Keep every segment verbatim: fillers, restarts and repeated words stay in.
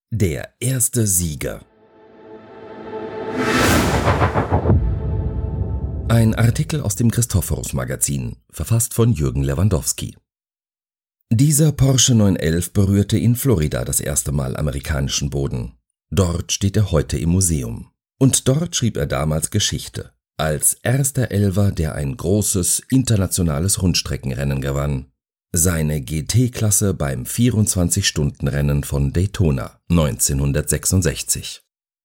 Der erste Sieger. Ein Artikel aus dem Christophorus-Magazin, verfasst von Jürgen Lewandowski. Dieser Porsche neun elf berührte in Florida das erste Mal amerikanischen Boden. Dort steht er heute im Museum. Und dort schrieb er damals Geschichte, als erster Elfer, der ein großes internationales Rundstreckenrennen gewann. Seine G T-Klasse beim vierundzwanzig-Stunden-Rennen von Daytona neunzehnhundertsechsundsechzig.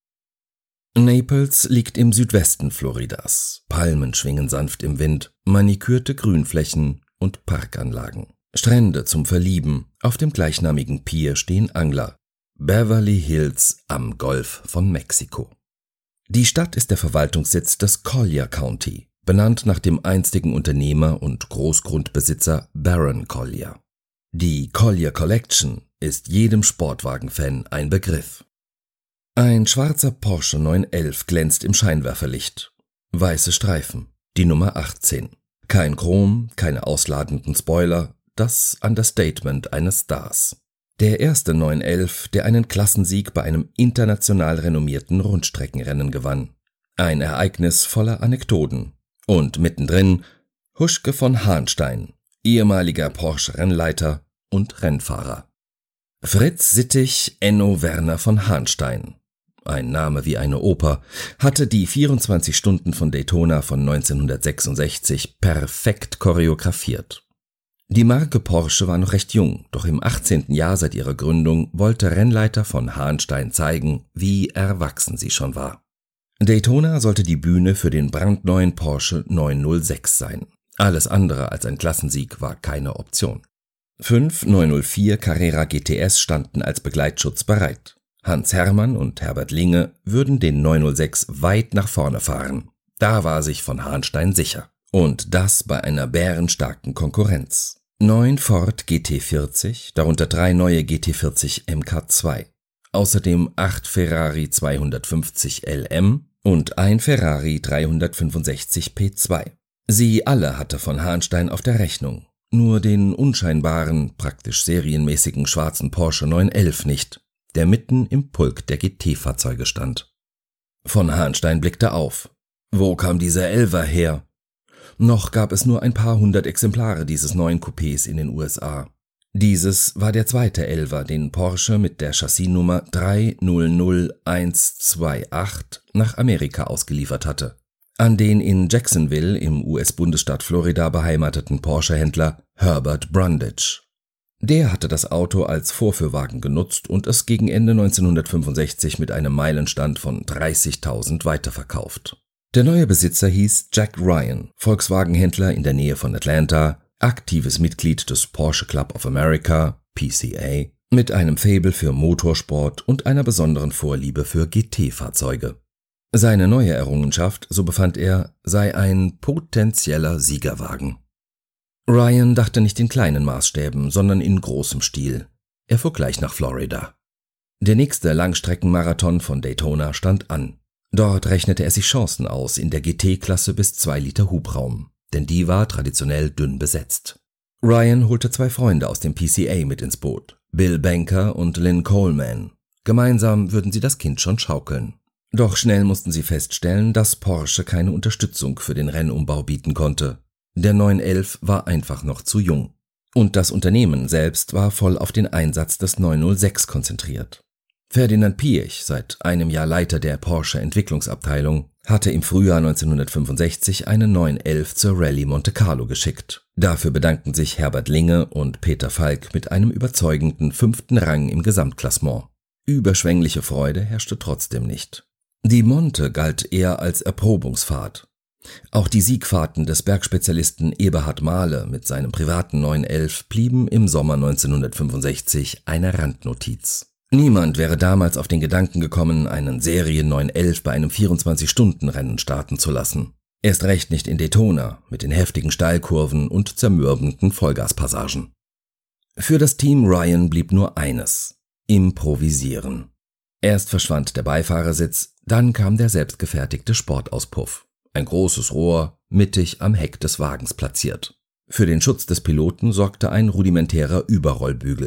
Naples liegt im Südwesten Floridas. Palmen schwingen sanft im Wind, manikürte Grünflächen und Parkanlagen. Strände zum Verlieben, auf dem gleichnamigen Pier stehen Angler. Beverly Hills am Golf von Mexiko. Die Stadt ist der Verwaltungssitz des Collier County, benannt nach dem einstigen Unternehmer und Großgrundbesitzer Baron Collier. Die Collier Collection ist jedem Sportwagen-Fan ein Begriff. Ein schwarzer Porsche neun elf glänzt im Scheinwerferlicht. Weiße Streifen, die Nummer achtzehn. Kein Chrom, keine ausladenden Spoiler, das Understatement eines Stars. Der erste neun elf, der einen Klassensieg bei einem international renommierten Rundstreckenrennen gewann. Ein Ereignis voller Anekdoten. Und mittendrin Huschke von Hahnstein, ehemaliger Porsche-Rennleiter und Rennfahrer. Fritz Sittig Enno Werner von Hahnstein, ein Name wie eine Oper, hatte die vierundzwanzig Stunden von Daytona von neunzehnhundertsechsundsechzig perfekt choreografiert. Die Marke Porsche war noch recht jung, doch im achtzehnten Jahr seit ihrer Gründung wollte Rennleiter von Hahnstein zeigen, wie erwachsen sie schon war. Daytona sollte die Bühne für den brandneuen Porsche neunhundertsechs sein. Alles andere als ein Klassensieg war keine Option. Fünf neunhundertvier Carrera G T S standen als Begleitschutz bereit. Hans Herrmann und Herbert Linge würden den neunhundertsechs weit nach vorne fahren. Da war sich von Hahnstein sicher. Und das bei einer bärenstarken Konkurrenz. Neun Ford G T vierzig, darunter drei neue G T vierzig M K zwei. Außerdem acht Ferrari zweihundertfünfzig L M und ein Ferrari dreihundertfünfundsechzig P zwei. Sie alle hatte von Hahnstein auf der Rechnung. Nur den unscheinbaren, praktisch serienmäßigen schwarzen Porsche neun elf nicht, der mitten im Pulk der G T-Fahrzeuge stand. Von Hahnstein blickte auf. Wo kam dieser Elfer her? Noch gab es nur ein paar hundert Exemplare dieses neuen Coupés in den U S A. Dieses war der zweite Elfer, den Porsche mit der Chassisnummer drei null null eins zwei acht nach Amerika ausgeliefert hatte. An den in Jacksonville im U S-Bundesstaat Florida beheimateten Porsche-Händler Herbert Brundage. Der hatte das Auto als Vorführwagen genutzt und es gegen Ende neunzehnhundertfünfundsechzig mit einem Meilenstand von dreißigtausend weiterverkauft. Der neue Besitzer hieß Jack Ryan, Volkswagen-Händler in der Nähe von Atlanta, aktives Mitglied des Porsche Club of America, P C A, mit einem Faible für Motorsport und einer besonderen Vorliebe für G T-Fahrzeuge. Seine neue Errungenschaft, so befand er, sei ein potenzieller Siegerwagen. Ryan dachte nicht in kleinen Maßstäben, sondern in großem Stil. Er fuhr gleich nach Florida. Der nächste Langstreckenmarathon von Daytona stand an. Dort rechnete er sich Chancen aus in der G T-Klasse bis zwei Liter Hubraum, denn die war traditionell dünn besetzt. Ryan holte zwei Freunde aus dem P C A mit ins Boot, Bill Banker und Lynn Coleman. Gemeinsam würden sie das Kind schon schaukeln. Doch schnell mussten sie feststellen, dass Porsche keine Unterstützung für den Rennumbau bieten konnte. Der neun elf war einfach noch zu jung. Und das Unternehmen selbst war voll auf den Einsatz des neunhundertsechs konzentriert. Ferdinand Piëch, seit einem Jahr Leiter der Porsche-Entwicklungsabteilung, hatte im Frühjahr neunzehnhundertfünfundsechzig einen neun elf zur Rallye Monte Carlo geschickt. Dafür bedankten sich Herbert Linge und Peter Falk mit einem überzeugenden fünften Rang im Gesamtklassement. Überschwängliche Freude herrschte trotzdem nicht. Die Monte galt eher als Erprobungsfahrt. Auch die Siegfahrten des Bergspezialisten Eberhard Mahle mit seinem privaten neun elf blieben im Sommer neunzehnhundertfünfundsechzig eine Randnotiz. Niemand wäre damals auf den Gedanken gekommen, einen Serien neun elf bei einem vierundzwanzig-Stunden-Rennen starten zu lassen. Erst recht nicht in Daytona mit den heftigen Steilkurven und zermürbenden Vollgaspassagen. Für das Team Ryan blieb nur eines: Improvisieren. Erst verschwand der Beifahrersitz, dann kam der selbstgefertigte Sportauspuff. Ein großes Rohr, mittig am Heck des Wagens platziert. Für den Schutz des Piloten sorgte ein rudimentärer Überrollbügel.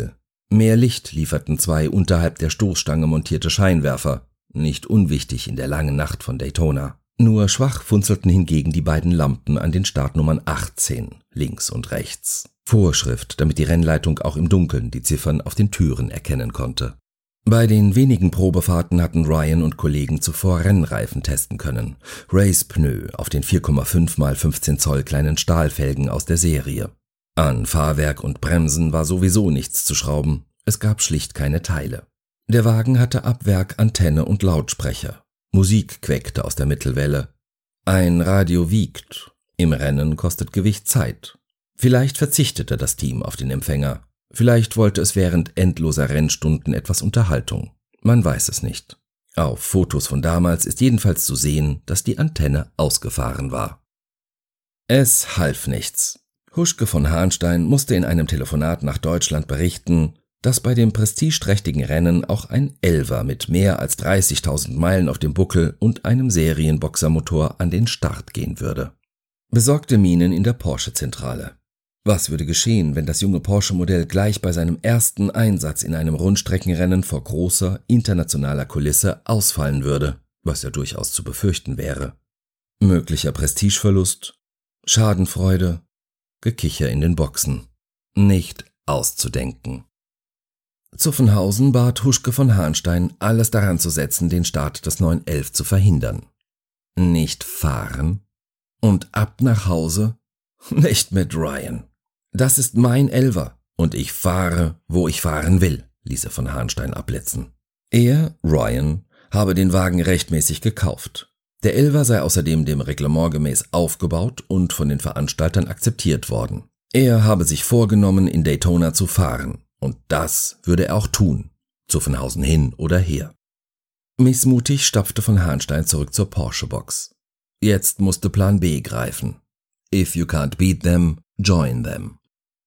Mehr Licht lieferten zwei unterhalb der Stoßstange montierte Scheinwerfer, nicht unwichtig in der langen Nacht von Daytona. Nur schwach funzelten hingegen die beiden Lampen an den Startnummern achtzehn, links und rechts. Vorschrift, damit die Rennleitung auch im Dunkeln die Ziffern auf den Türen erkennen konnte. Bei den wenigen Probefahrten hatten Ryan und Kollegen zuvor Rennreifen testen können. Race-Pneu auf den vier Komma fünf mal fünfzehn Zoll kleinen Stahlfelgen aus der Serie. An Fahrwerk und Bremsen war sowieso nichts zu schrauben, es gab schlicht keine Teile. Der Wagen hatte ab Werk Antenne und Lautsprecher. Musik quäkte aus der Mittelwelle. Ein Radio wiegt. Im Rennen kostet Gewicht Zeit. Vielleicht verzichtete das Team auf den Empfänger. Vielleicht wollte es während endloser Rennstunden etwas Unterhaltung. Man weiß es nicht. Auf Fotos von damals ist jedenfalls zu sehen, dass die Antenne ausgefahren war. Es half nichts. Huschke von Hahnstein musste in einem Telefonat nach Deutschland berichten, dass bei dem prestigeträchtigen Rennen auch ein Elfer mit mehr als dreißigtausend Meilen auf dem Buckel und einem Serienboxermotor an den Start gehen würde. Besorgte Mienen in der Porsche-Zentrale. Was würde geschehen, wenn das junge Porsche-Modell gleich bei seinem ersten Einsatz in einem Rundstreckenrennen vor großer, internationaler Kulisse ausfallen würde, was ja durchaus zu befürchten wäre? Möglicher Prestigeverlust, Schadenfreude, Gekicher in den Boxen. Nicht auszudenken. Zuffenhausen bat Huschke von Hahnstein, alles daran zu setzen, den Start des neun elf zu verhindern. Nicht fahren? Und ab nach Hause? Nicht mit Ryan. Das ist mein Elfer und ich fahre, wo ich fahren will, ließ er von Hahnstein abblitzen. Er, Ryan, habe den Wagen rechtmäßig gekauft. Der Elfer sei außerdem dem Reglement gemäß aufgebaut und von den Veranstaltern akzeptiert worden. Er habe sich vorgenommen, in Daytona zu fahren, und das würde er auch tun, Zuffenhausen hin oder her. Missmutig stapfte von Hahnstein zurück zur Porsche-Box. Jetzt musste Plan B greifen. If you can't beat them, join them.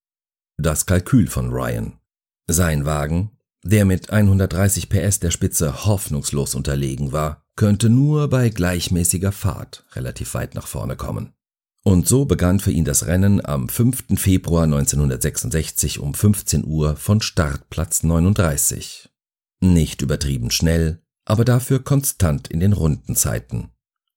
Das Kalkül von Ryan. Sein Wagen, der mit hundertdreißig P S der Spitze hoffnungslos unterlegen war, könnte nur bei gleichmäßiger Fahrt relativ weit nach vorne kommen. Und so begann für ihn das Rennen am fünften Februar neunzehnhundertsechsundsechzig um fünfzehn Uhr von Startplatz neununddreißig. Nicht übertrieben schnell, aber dafür konstant in den Rundenzeiten.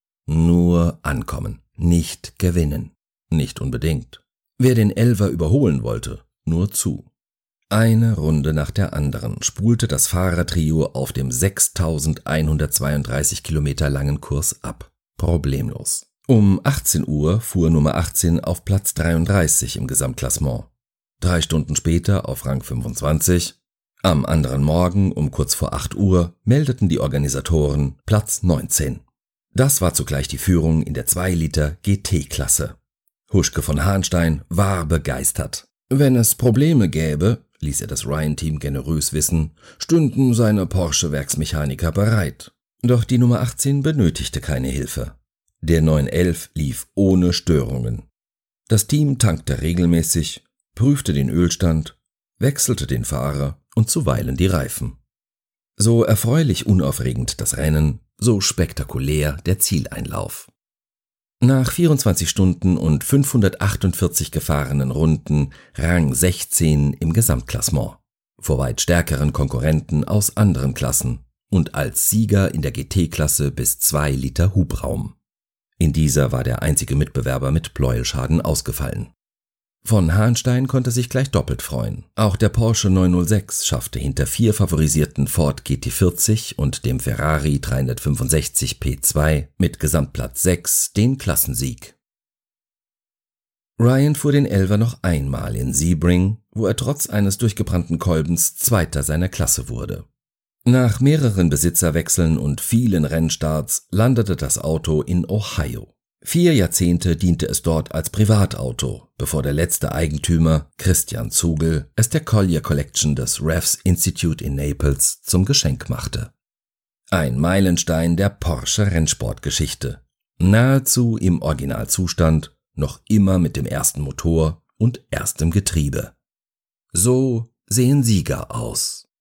Nur ankommen, nicht gewinnen. Nicht unbedingt. Wer den Elfer überholen wollte, nur zu. Eine Runde nach der anderen spulte das Fahrertrio auf dem sechstausendeinhundertzweiunddreißig Kilometer langen Kurs ab. Problemlos. Um achtzehn Uhr fuhr Nummer achtzehn auf Platz dreiunddreißig im Gesamtklassement. Drei Stunden später auf Rang fünfundzwanzig. Am anderen Morgen um kurz vor acht Uhr meldeten die Organisatoren Platz neunzehn. Das war zugleich die Führung in der zwei Liter G T-Klasse. Huschke von Hahnstein war begeistert. Wenn es Probleme gäbe, ließ er das Ryan-Team generös wissen, stünden seine Porsche-Werksmechaniker bereit. Doch die Nummer achtzehn benötigte keine Hilfe. Der neun elf lief ohne Störungen. Das Team tankte regelmäßig, prüfte den Ölstand, wechselte den Fahrer und zuweilen die Reifen. So erfreulich unaufregend das Rennen, so spektakulär der Zieleinlauf. Nach vierundzwanzig Stunden und fünfhundertachtundvierzig gefahrenen Runden Rang sechzehn im Gesamtklassement, vor weit stärkeren Konkurrenten aus anderen Klassen und als Sieger in der G T-Klasse bis zwei Liter Hubraum. In dieser war der einzige Mitbewerber mit Pleuelschaden ausgefallen. Von Hahnstein konnte sich gleich doppelt freuen. Auch der Porsche neunhundertsechs schaffte hinter vier favorisierten Ford G T vierzig und dem Ferrari dreihundertfünfundsechzig P zwei mit Gesamtplatz sechs den Klassensieg. Ryan fuhr den Elfer noch einmal in Sebring, wo er trotz eines durchgebrannten Kolbens Zweiter seiner Klasse wurde. Nach mehreren Besitzerwechseln und vielen Rennstarts landete das Auto in Ohio. Vier Jahrzehnte diente es dort als Privatauto, bevor der letzte Eigentümer, Christian Zugel, es der Collier Collection des Revs Institute in Naples zum Geschenk machte. Ein Meilenstein der Porsche-Rennsportgeschichte. Nahezu im Originalzustand, noch immer mit dem ersten Motor und erstem Getriebe. So sehen Sieger aus.